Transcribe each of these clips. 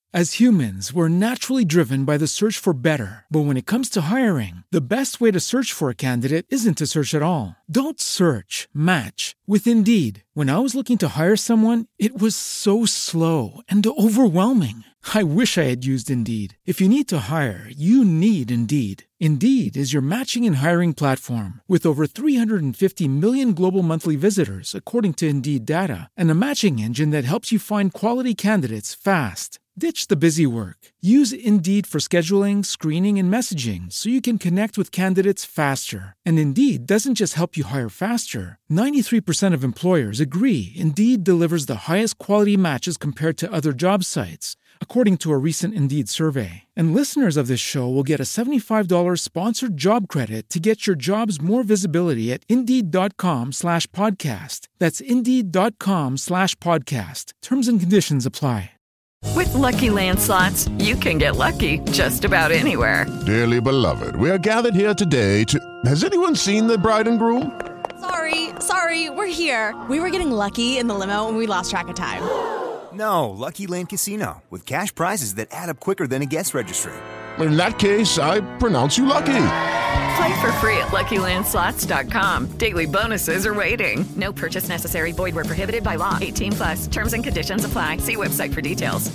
As humans, we're naturally driven by the search for better. But when it comes to hiring, the best way to search for a candidate isn't to search at all. Don't search, match with Indeed. When I was looking to hire someone, it was so slow and overwhelming. I wish I had used Indeed. If you need to hire, you need Indeed. Indeed is your matching and hiring platform with over 350 million global monthly visitors, according to Indeed data, and a matching engine that helps you find quality candidates fast. Ditch the busy work. Use Indeed for scheduling, screening, and messaging so you can connect with candidates faster. And Indeed doesn't just help you hire faster. 93% of employers agree Indeed delivers the highest quality matches compared to other job sites, according to a recent Indeed survey. And listeners of this show will get a $75 sponsored job credit to get your jobs more visibility at Indeed.com/podcast. That's Indeed.com/podcast. Terms and conditions apply. With Lucky Land Slots, you can get lucky just about anywhere. Dearly beloved, we are gathered here today to... Has anyone seen the bride and groom? Sorry, we're here. We were getting lucky in the limo and we lost track of time. No, Lucky Land Casino, with cash prizes that add up quicker than a guest registry. In that case, I pronounce you lucky. Play for free at LuckyLandSlots.com. Daily bonuses are waiting. No purchase necessary. Void where prohibited by law. 18+. Terms and conditions apply. See website for details.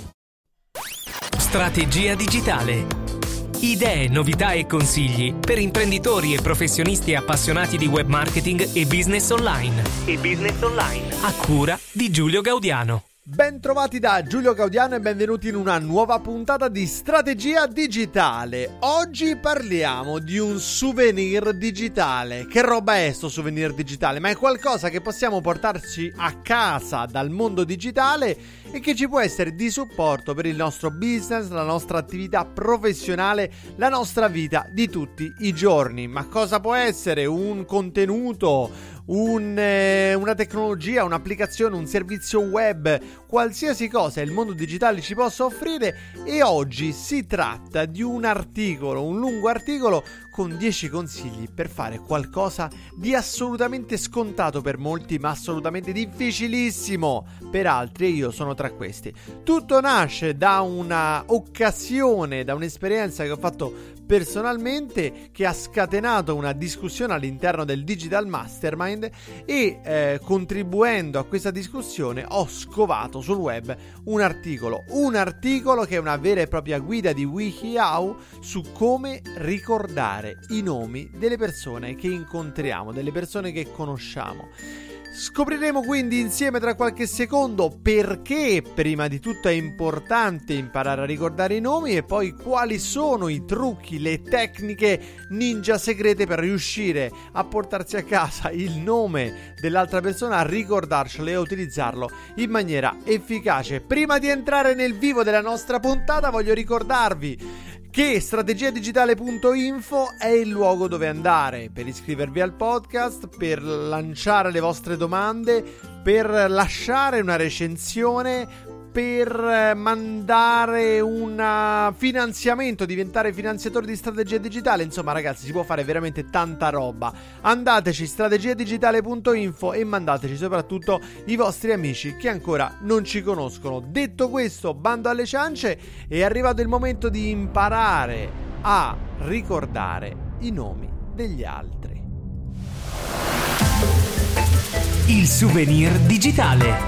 Strategia digitale. Idee, novità e consigli per imprenditori e professionisti appassionati di web marketing e business online. A cura di Giulio Gaudiano. Ben trovati da Giulio Gaudiano e benvenuti in una nuova puntata di Strategia Digitale. Oggi parliamo di un souvenir digitale. Che roba è sto souvenir digitale? Ma è qualcosa che possiamo portarci a casa dal mondo digitale e che ci può essere di supporto per il nostro business, la nostra attività professionale, la nostra vita di tutti i giorni. Ma cosa può essere? Un contenuto, una tecnologia, un'applicazione, un servizio web, qualsiasi cosa il mondo digitale ci possa offrire. E oggi si tratta di un articolo, un lungo articolo con 10 consigli per fare qualcosa di assolutamente scontato per molti, ma assolutamente difficilissimo per altri, e io sono tra questi. Tutto nasce da una occasione, da un'esperienza che ho fatto personalmente, che ha scatenato una discussione all'interno del Digital Mastermind e contribuendo a questa discussione ho scovato sul web un articolo che è una vera e propria guida di WikiHow su come ricordare i nomi delle persone che incontriamo, delle persone che conosciamo. Scopriremo quindi insieme tra qualche secondo perché prima di tutto è importante imparare a ricordare i nomi e poi quali sono i trucchi, le tecniche ninja segrete per riuscire a portarsi a casa il nome dell'altra persona, a ricordarcelo e a utilizzarlo in maniera efficace. Prima di entrare nel vivo della nostra puntata voglio ricordarvi che strategiadigitale.info è il luogo dove andare per iscrivervi al podcast, per lanciare le vostre domande, per lasciare una recensione, per mandare un finanziamento, diventare finanziatore di Strategia Digitale. Insomma ragazzi, si può fare veramente tanta roba. Andateci strategiadigitale.info e mandateci soprattutto i vostri amici che ancora non ci conoscono. Detto questo, bando alle ciance, è arrivato il momento di imparare a ricordare i nomi degli altri. Il souvenir digitale.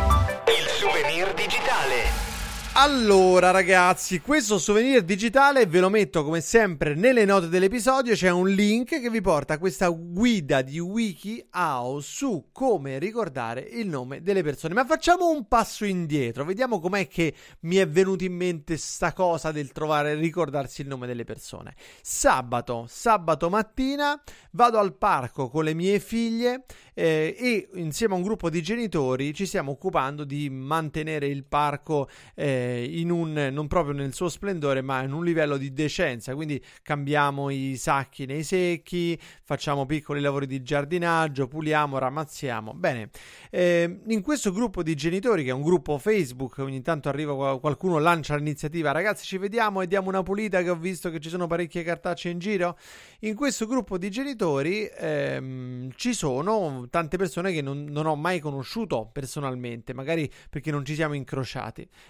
Allora ragazzi, questo souvenir digitale ve lo metto come sempre nelle note dell'episodio. C'è un link che vi porta a questa guida di WikiHow su come ricordare il nome delle persone. Ma facciamo un passo indietro, vediamo com'è che mi è venuto in mente sta cosa del ricordarsi il nome delle persone. Sabato mattina vado al parco con le mie figlie e insieme a un gruppo di genitori ci stiamo occupando di mantenere il parco non proprio nel suo splendore, ma in un livello di decenza. Quindi cambiamo i sacchi nei secchi, facciamo piccoli lavori di giardinaggio, puliamo, ramazziamo. Bene, in questo gruppo di genitori, che è un gruppo Facebook, ogni tanto arriva qualcuno, lancia l'iniziativa: ragazzi, ci vediamo e diamo una pulita che ho visto che ci sono parecchie cartacee in giro. In questo gruppo di genitori ci sono tante persone che non ho mai conosciuto personalmente, magari perché non ci siamo incrociati. Bene,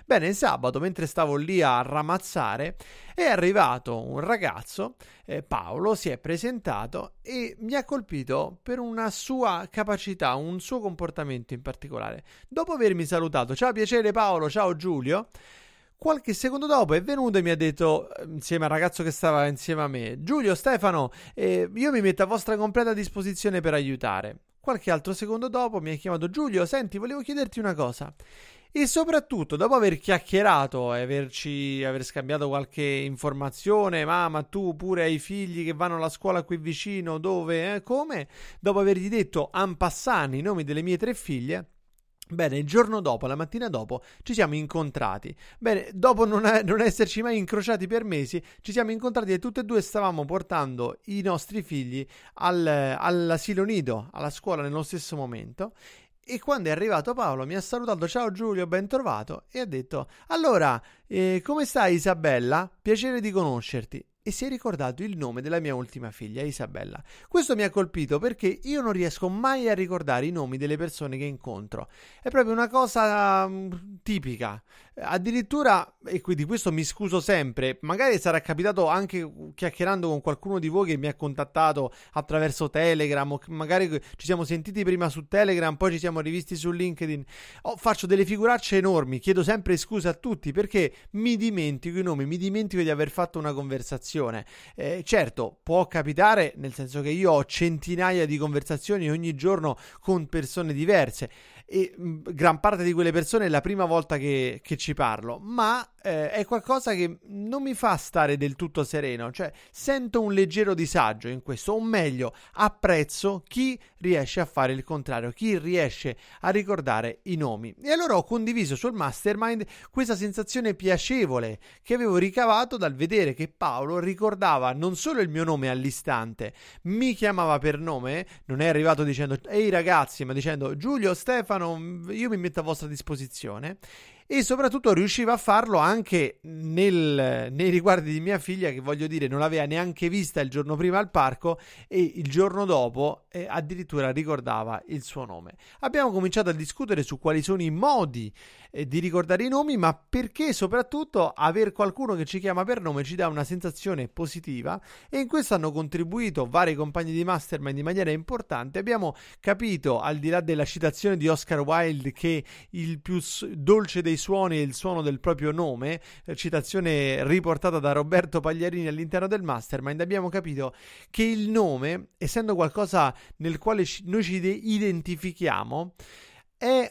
sabato, mentre stavo lì a ramazzare, è arrivato un ragazzo, Paolo, si è presentato e mi ha colpito per una sua capacità, un suo comportamento in particolare. Dopo avermi salutato, ciao, piacere Paolo, ciao Giulio, qualche secondo dopo è venuto e mi ha detto, insieme al ragazzo che stava insieme a me, Giulio, Stefano, io mi metto a vostra completa disposizione per aiutare. Qualche altro secondo dopo mi ha chiamato, Giulio, senti, volevo chiederti una cosa. E soprattutto, dopo aver chiacchierato e aver scambiato qualche informazione, ma tu pure hai figli che vanno alla scuola qui vicino, dove, come? Dopo avergli detto en passant i nomi delle mie 3 figlie, bene, il giorno dopo, la mattina dopo, ci siamo incontrati. Bene, dopo non esserci mai incrociati per mesi, ci siamo incontrati e tutte e due stavamo portando i nostri figli all'asilo nido, alla scuola nello stesso momento. E quando è arrivato Paolo mi ha salutato, ciao Giulio, ben trovato, e ha detto, allora, come stai Isabella? Piacere di conoscerti. E si è ricordato il nome della mia ultima figlia, Isabella. Questo mi ha colpito perché io non riesco mai a ricordare i nomi delle persone che incontro. È proprio una cosa tipica. Addirittura, e di questo mi scuso sempre, magari sarà capitato anche chiacchierando con qualcuno di voi che mi ha contattato attraverso Telegram, o magari ci siamo sentiti prima su Telegram, poi ci siamo rivisti su LinkedIn. Faccio delle figuracce enormi, chiedo sempre scusa a tutti perché mi dimentico i nomi, mi dimentico di aver fatto una conversazione. Certo, può capitare, nel senso che io ho centinaia di conversazioni ogni giorno con persone diverse e gran parte di quelle persone è la prima volta che ci parlo, ma è qualcosa che non mi fa stare del tutto sereno, cioè sento un leggero disagio in questo, o meglio, apprezzo chi riesce a fare il contrario, chi riesce a ricordare i nomi. E allora ho condiviso sul Mastermind questa sensazione piacevole che avevo ricavato dal vedere che Paolo ricordava non solo il mio nome all'istante, mi chiamava per nome, non è arrivato dicendo ehi ragazzi, ma dicendo Giulio, Stefano, io mi metto a vostra disposizione. E soprattutto riusciva a farlo anche nei riguardi di mia figlia, che voglio dire non l'aveva neanche vista il giorno prima al parco e il giorno dopo addirittura ricordava il suo nome. Abbiamo cominciato a discutere su quali sono i modi di ricordare i nomi, ma perché soprattutto aver qualcuno che ci chiama per nome ci dà una sensazione positiva, e in questo hanno contribuito vari compagni di Mastermind in maniera importante. Abbiamo capito, al di là della citazione di Oscar Wilde, che il più dolce dei suoni è il suono del proprio nome, citazione riportata da Roberto Pagliarini all'interno del Mastermind. Abbiamo capito che il nome, essendo qualcosa nel quale noi ci identifichiamo, è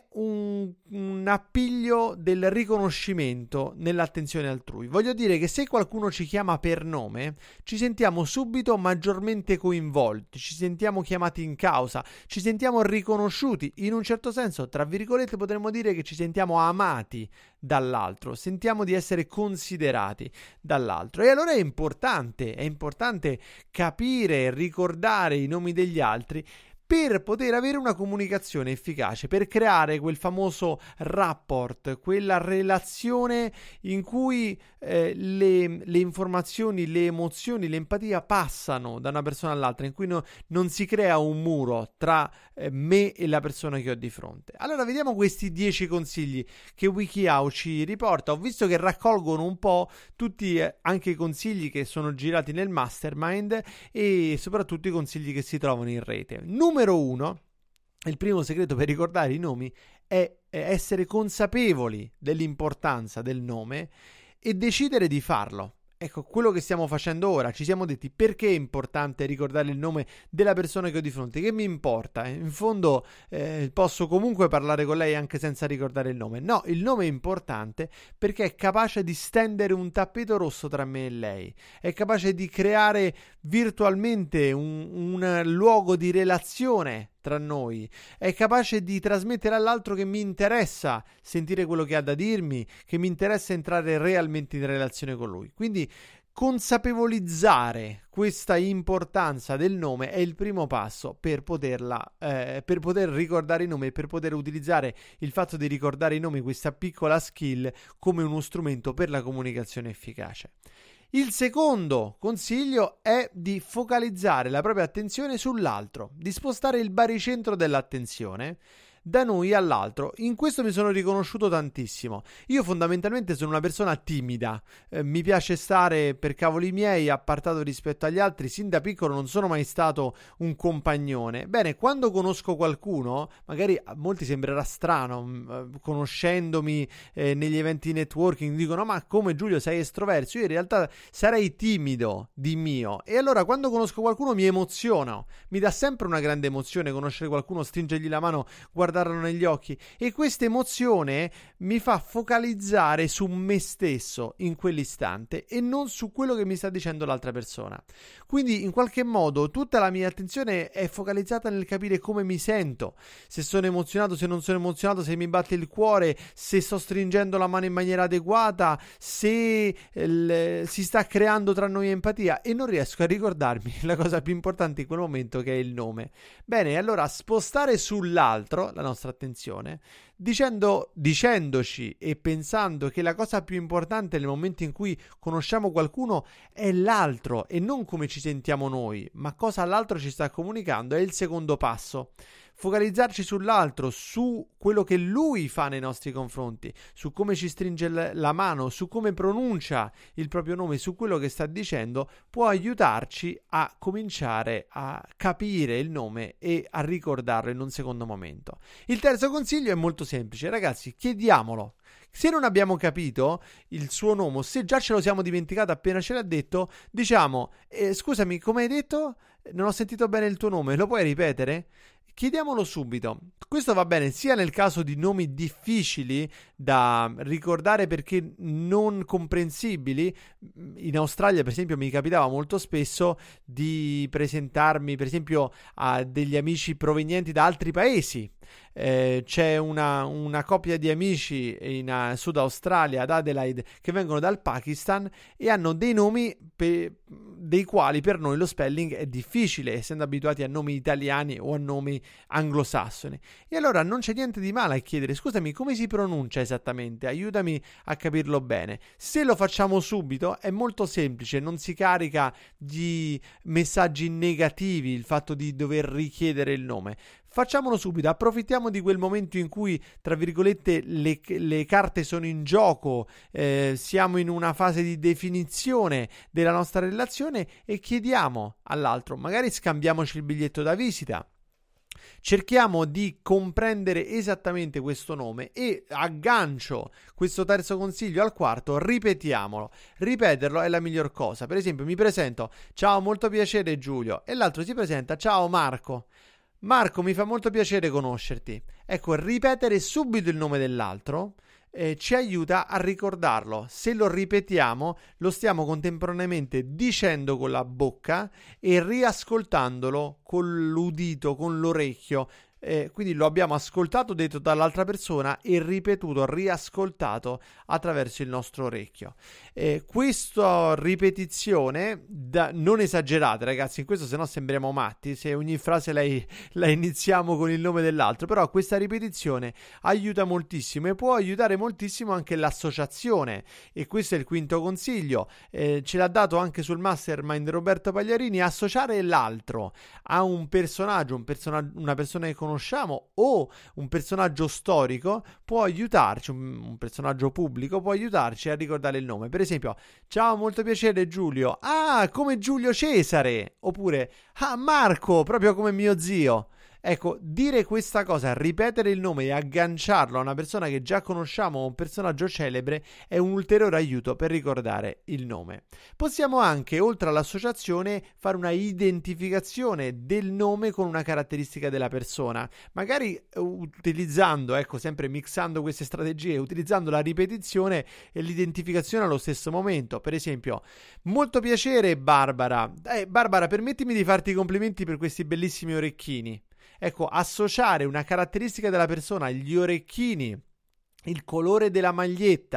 un appiglio del riconoscimento nell'attenzione altrui. Voglio dire che se qualcuno ci chiama per nome, ci sentiamo subito maggiormente coinvolti, ci sentiamo chiamati in causa, ci sentiamo riconosciuti. In un certo senso, tra virgolette, potremmo dire che ci sentiamo amati dall'altro, sentiamo di essere considerati dall'altro. E allora è importante capire e ricordare i nomi degli altri per poter avere una comunicazione efficace, per creare quel famoso rapport, quella relazione in cui le informazioni, le emozioni, l'empatia passano da una persona all'altra, in cui non si crea un muro tra me e la persona che ho di fronte. Allora vediamo questi 10 consigli che WikiHow ci riporta. Ho visto che raccolgono un po' tutti anche i consigli che sono girati nel Mastermind e soprattutto i consigli che si trovano in rete. Numero 1, il primo segreto per ricordare i nomi è essere consapevoli dell'importanza del nome e decidere di farlo. Ecco, quello che stiamo facendo ora. Ci siamo detti: perché è importante ricordare il nome della persona che ho di fronte? Che mi importa? In fondo posso comunque parlare con lei anche senza ricordare il nome. No, il nome è importante perché è capace di stendere un tappeto rosso tra me e lei. È capace di creare virtualmente un luogo di relazione tra noi, è capace di trasmettere all'altro che mi interessa sentire quello che ha da dirmi, che mi interessa entrare realmente in relazione con lui. Quindi consapevolizzare questa importanza del nome è il primo passo per poter ricordare i nomi e per poter utilizzare il fatto di ricordare i nomi, questa piccola skill, come uno strumento per la comunicazione efficace. Il secondo consiglio è di focalizzare la propria attenzione sull'altro, di spostare il baricentro dell'attenzione da noi all'altro. In questo mi sono riconosciuto tantissimo. Io fondamentalmente sono una persona timida, mi piace stare per cavoli miei, appartato rispetto agli altri. Sin da piccolo non sono mai stato un compagnone. Bene, quando conosco qualcuno, magari a molti sembrerà strano, conoscendomi negli eventi networking, dicono: ma come Giulio sei estroverso? Io in realtà sarei timido di mio, e allora quando conosco qualcuno mi emoziono, mi dà sempre una grande emozione conoscere qualcuno, stringergli la mano, guardarlo negli occhi, e questa emozione mi fa focalizzare su me stesso in quell'istante e non su quello che mi sta dicendo l'altra persona. Quindi in qualche modo tutta la mia attenzione è focalizzata nel capire come mi sento, se sono emozionato, se non sono emozionato, se mi batte il cuore, se sto stringendo la mano in maniera adeguata, se si sta creando tra noi empatia, e non riesco a ricordarmi la cosa più importante in quel momento, che è il nome. Bene, allora spostare sull'altro la nostra attenzione, dicendoci e pensando che la cosa più importante nel momento in cui conosciamo qualcuno è l'altro e non come ci sentiamo noi, ma cosa l'altro ci sta comunicando, è il secondo passo. Focalizzarci sull'altro, su quello che lui fa nei nostri confronti, su come ci stringe la mano, su come pronuncia il proprio nome, su quello che sta dicendo, può aiutarci a cominciare a capire il nome e a ricordarlo in un secondo momento. Il terzo consiglio è molto semplice, ragazzi: chiediamolo. Se non abbiamo capito il suo nome, se già ce lo siamo dimenticato appena ce l'ha detto, diciamo: scusami, come hai detto? Non ho sentito bene il tuo nome, lo puoi ripetere? Chiediamolo subito. Questo va bene sia nel caso di nomi difficili da ricordare perché non comprensibili. In Australia, per esempio, mi capitava molto spesso di presentarmi, per esempio, a degli amici provenienti da altri paesi. C'è una coppia di amici in Sud Australia, ad Adelaide, che vengono dal Pakistan e hanno dei nomi dei quali per noi lo spelling è difficile, essendo abituati a nomi italiani o a nomi anglosassoni. E allora non c'è niente di male a chiedere: scusami, come si pronuncia esattamente? Aiutami a capirlo bene. Se lo facciamo subito è molto semplice, non si carica di messaggi negativi il fatto di dover richiedere il nome. Facciamolo subito, approfittiamo di quel momento in cui, tra virgolette, le carte sono in gioco, siamo in una fase di definizione della nostra relazione, e chiediamo all'altro, magari scambiamoci il biglietto da visita. Cerchiamo di comprendere esattamente questo nome e aggancio questo terzo consiglio al quarto: ripetiamolo. Ripeterlo è la miglior cosa. Per esempio, mi presento: ciao, molto piacere Giulio, e l'altro si presenta: ciao Marco. Marco, mi fa molto piacere conoscerti. Ecco, ripetere subito il nome dell'altro ci aiuta a ricordarlo. Se lo ripetiamo, lo stiamo contemporaneamente dicendo con la bocca e riascoltandolo con l'udito, con l'orecchio. Quindi lo abbiamo ascoltato detto dall'altra persona e ripetuto, riascoltato attraverso il nostro orecchio. Questa ripetizione, non esagerate ragazzi, in questo sennò sembriamo matti se ogni frase la iniziamo con il nome dell'altro, però questa ripetizione aiuta moltissimo e può aiutare moltissimo anche l'associazione, e questo è il quinto consiglio. Ce l'ha dato anche sul Mastermind Roberto Pagliarini: associare l'altro a un personaggio, una persona che conosciamo o un personaggio storico può aiutarci, un personaggio pubblico può aiutarci a ricordare il nome. Per esempio: ciao, molto piacere Giulio. Ah, come Giulio Cesare. Oppure: ah, Marco, proprio come mio zio. Ecco, dire questa cosa, ripetere il nome e agganciarlo a una persona che già conosciamo o un personaggio celebre, è un ulteriore aiuto per ricordare il nome. Possiamo anche, oltre all'associazione, fare una identificazione del nome con una caratteristica della persona, magari utilizzando, ecco, sempre mixando queste strategie, utilizzando la ripetizione e l'identificazione allo stesso momento. Per esempio: molto piacere Barbara. Barbara, permettimi di farti i complimenti per questi bellissimi orecchini. Ecco, associare una caratteristica della persona, gli orecchini, il colore della maglietta,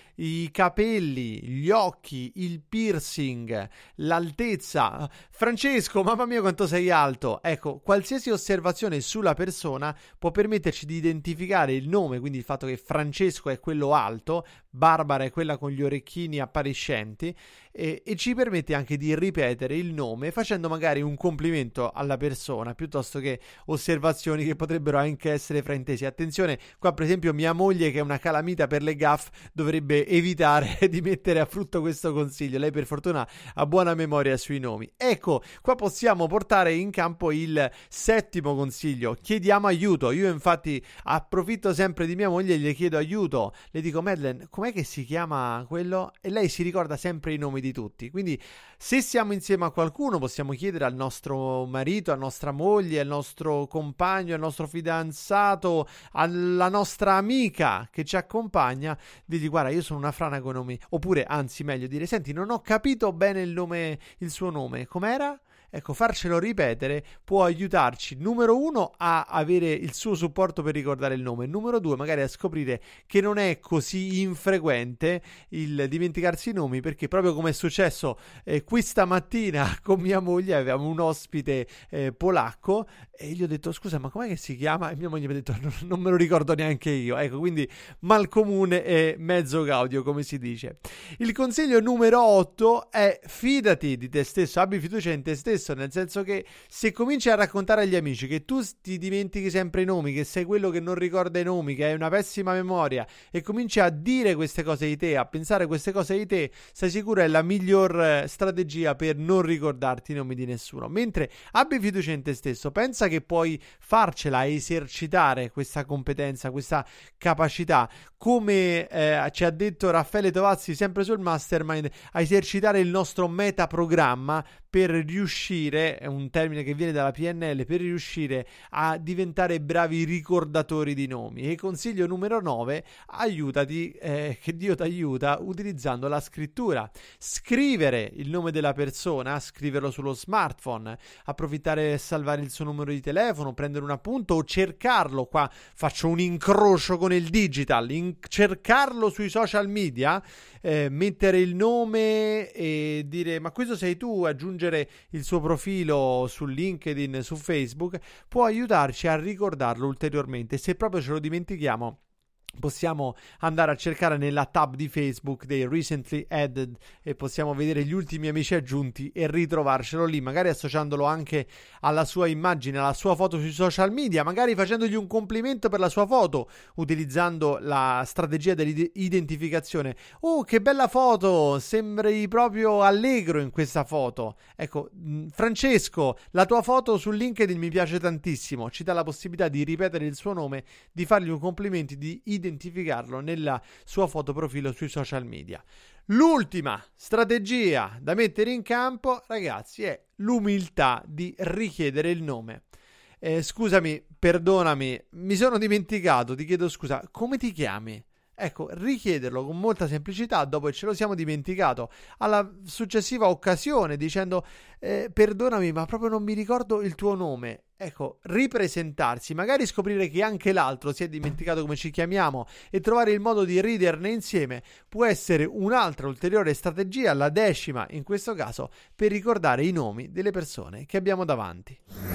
i capelli, gli occhi, il piercing, l'altezza. Francesco, mamma mia quanto sei alto. Ecco, qualsiasi osservazione sulla persona può permetterci di identificare il nome, quindi il fatto che Francesco è quello alto, Barbara è quella con gli orecchini appariscenti, e ci permette anche di ripetere il nome facendo magari un complimento alla persona piuttosto che osservazioni che potrebbero anche essere fraintesi. Attenzione, qua per esempio mia moglie, che è una calamita per le gaffe, dovrebbe evitare di mettere a frutto questo consiglio. Lei per fortuna ha buona memoria sui nomi. Ecco, qua possiamo portare in campo il settimo consiglio: chiediamo aiuto. Io infatti approfitto sempre di mia moglie e le chiedo aiuto, le dico: Madeleine, com'è che si chiama quello? E lei si ricorda sempre i nomi di tutti. Quindi se siamo insieme a qualcuno possiamo chiedere al nostro marito, alla nostra moglie, al nostro compagno, al nostro fidanzato, alla nostra amica che ci accompagna, dirgli: guarda, io sono una frana con nomi. Oppure, anzi, meglio dire: senti, non ho capito bene il suo nome, com'era? Ecco, farcelo ripetere può aiutarci, numero 1, a avere il suo supporto per ricordare il nome, numero 2, magari a scoprire che non è così infrequente il dimenticarsi i nomi, perché proprio come è successo questa mattina con mia moglie, avevamo un ospite polacco e gli ho detto: scusa, ma com'è che si chiama? E mia moglie mi ha detto: non me lo ricordo neanche io. Ecco, quindi mal comune e mezzo gaudio, come si dice. Il consiglio numero 8 è: fidati di te stesso, abbi fiducia in te stesso. Nel senso che se cominci a raccontare agli amici che tu ti dimentichi sempre i nomi, che sei quello che non ricorda i nomi, che hai una pessima memoria, e cominci a dire queste cose di te, a pensare queste cose di te, stai sicuro è la miglior strategia per non ricordarti i nomi di nessuno. Mentre abbi fiducia in te stesso, pensa che puoi farcela, esercitare questa competenza, questa capacità, come ci ha detto Raffaele Tovazzi sempre sul Mastermind, a esercitare il nostro metaprogramma per riuscire, è un termine che viene dalla PNL, per riuscire a diventare bravi ricordatori di nomi. E consiglio numero 9: aiutati, che Dio ti aiuta utilizzando la scrittura. Scrivere il nome della persona, scriverlo sullo smartphone, approfittare e salvare il suo numero di telefono, prendere un appunto o cercarlo. Qua faccio un incrocio con il digital, cercarlo sui social media, mettere il nome e dire: ma questo sei tu, aggiungere il suo profilo su LinkedIn, su Facebook, può aiutarci a ricordarlo ulteriormente. Se proprio ce lo dimentichiamo, possiamo andare a cercare nella tab di Facebook dei recently added e possiamo vedere gli ultimi amici aggiunti e ritrovarcelo lì, magari associandolo anche alla sua immagine, alla sua foto sui social media, magari facendogli un complimento per la sua foto, utilizzando la strategia dell'identificazione. Oh, che bella foto, sembri proprio allegro in questa foto. Ecco, Francesco, la tua foto su LinkedIn mi piace tantissimo. Ci dà la possibilità di ripetere il suo nome, di fargli un complimento, di identificarlo nella sua foto profilo sui social media. L'ultima strategia da mettere in campo, ragazzi, è l'umiltà di richiedere il nome. Scusami, perdonami, mi sono dimenticato, ti chiedo scusa, come ti chiami? Ecco, richiederlo con molta semplicità dopo che ce lo siamo dimenticato, alla successiva occasione, dicendo: perdonami, ma proprio non mi ricordo il tuo nome. Ecco, ripresentarsi, magari scoprire che anche l'altro si è dimenticato come ci chiamiamo e trovare il modo di riderne insieme può essere un'altra ulteriore strategia, la 10ª in questo caso, per ricordare i nomi delle persone che abbiamo davanti.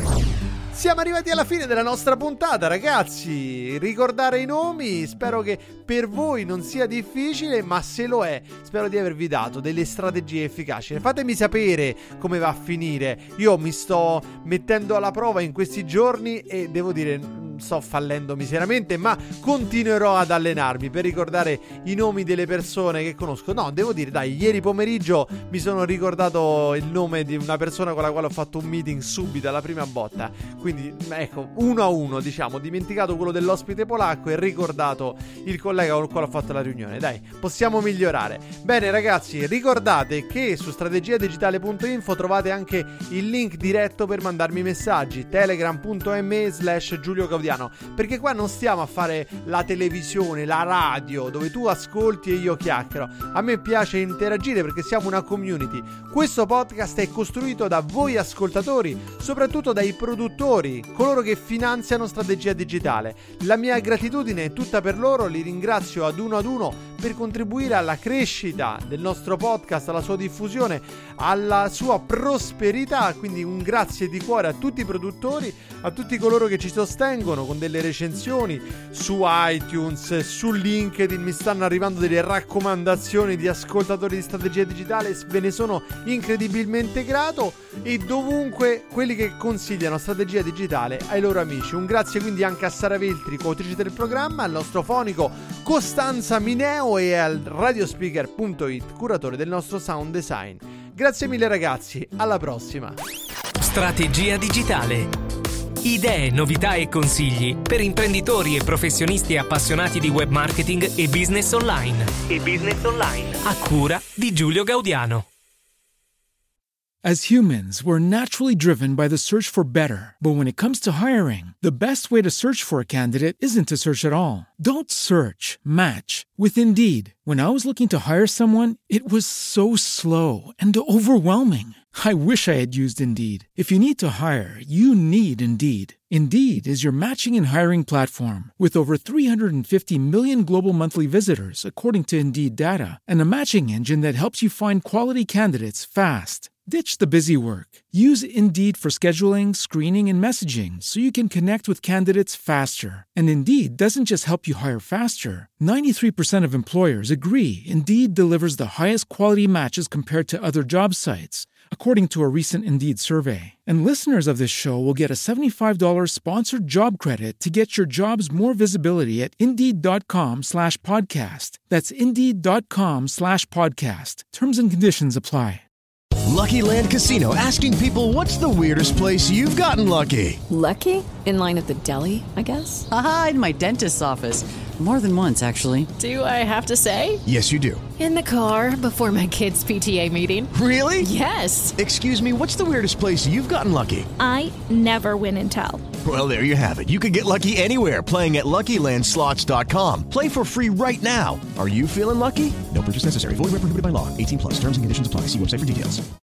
Siamo arrivati alla fine della nostra puntata, ragazzi. Ricordare i nomi, spero che per voi non sia difficile, ma se lo è, spero di avervi dato delle strategie efficaci. Fatemi sapere come va a finire. Io mi sto mettendo alla prova in questi giorni e devo dire sto fallendo miseramente, ma continuerò ad allenarmi per ricordare i nomi delle persone che conosco. No, devo dire, dai, ieri pomeriggio mi sono ricordato il nome di una persona con la quale ho fatto un meeting subito alla prima botta. Quindi ecco, 1-1, diciamo, dimenticato quello dell'ospite polacco e ricordato il collega con il quale ho fatto la riunione. Dai, possiamo migliorare. Bene ragazzi, ricordate che su strategiadigitale.info trovate anche il link diretto per mandarmi messaggi, telegram.me/Giulio Gaudiano Gaudiano, perché qua non stiamo a fare la televisione, la radio, dove tu ascolti e io chiacchiero. A me piace interagire perché siamo una community. Questo podcast è costruito da voi ascoltatori, soprattutto dai produttori, coloro che finanziano Strategia Digitale. La mia gratitudine è tutta per loro, li ringrazio ad uno per contribuire alla crescita del nostro podcast, alla sua diffusione, alla sua prosperità. Quindi un grazie di cuore a tutti i produttori, a tutti coloro che ci sostengono con delle recensioni su iTunes, su LinkedIn. Mi stanno arrivando delle raccomandazioni di ascoltatori di Strategia Digitale, ve ne sono incredibilmente grato, e dovunque quelli che consigliano Strategia Digitale ai loro amici. Un grazie quindi anche a Sara Veltri, coautrice del programma, al nostro fonico Costanza Mineo e al radiospeaker.it, curatore del nostro sound design. Grazie mille ragazzi, alla prossima. Strategia Digitale. Idee, novità e consigli per imprenditori e professionisti appassionati di web marketing e business online. A cura di Giulio Gaudiano. As humans, we're naturally driven by the search for better. But when it comes to hiring, the best way to search for a candidate isn't to search at all. Don't search, match with Indeed. When I was looking to hire someone, it was so slow and overwhelming. I wish I had used Indeed. If you need to hire, you need Indeed. Indeed is your matching and hiring platform with over 350 million global monthly visitors, according to Indeed data, and a matching engine that helps you find quality candidates fast. Ditch the busy work. Use Indeed for scheduling, screening, and messaging so you can connect with candidates faster. And Indeed doesn't just help you hire faster. 93% of employers agree Indeed delivers the highest quality matches compared to other job sites, according to a recent Indeed survey. And listeners of this show will get a $75 sponsored job credit to get your jobs more visibility at Indeed.com/podcast. That's Indeed.com/podcast. Terms and conditions apply. Lucky Land Casino, asking people, what's the weirdest place you've gotten lucky? Lucky? In line at the deli, I guess? Aha, in my dentist's office. More than once, actually. Do I have to say? Yes, you do. In the car before my kids' PTA meeting. Really? Yes. Excuse me, what's the weirdest place you've gotten lucky? I never win and tell. Well, there you have it. You can get lucky anywhere, playing at LuckyLandSlots.com. Play for free right now. Are you feeling lucky? No purchase necessary. Void where prohibited by law. 18+. Terms and conditions apply. See website for details.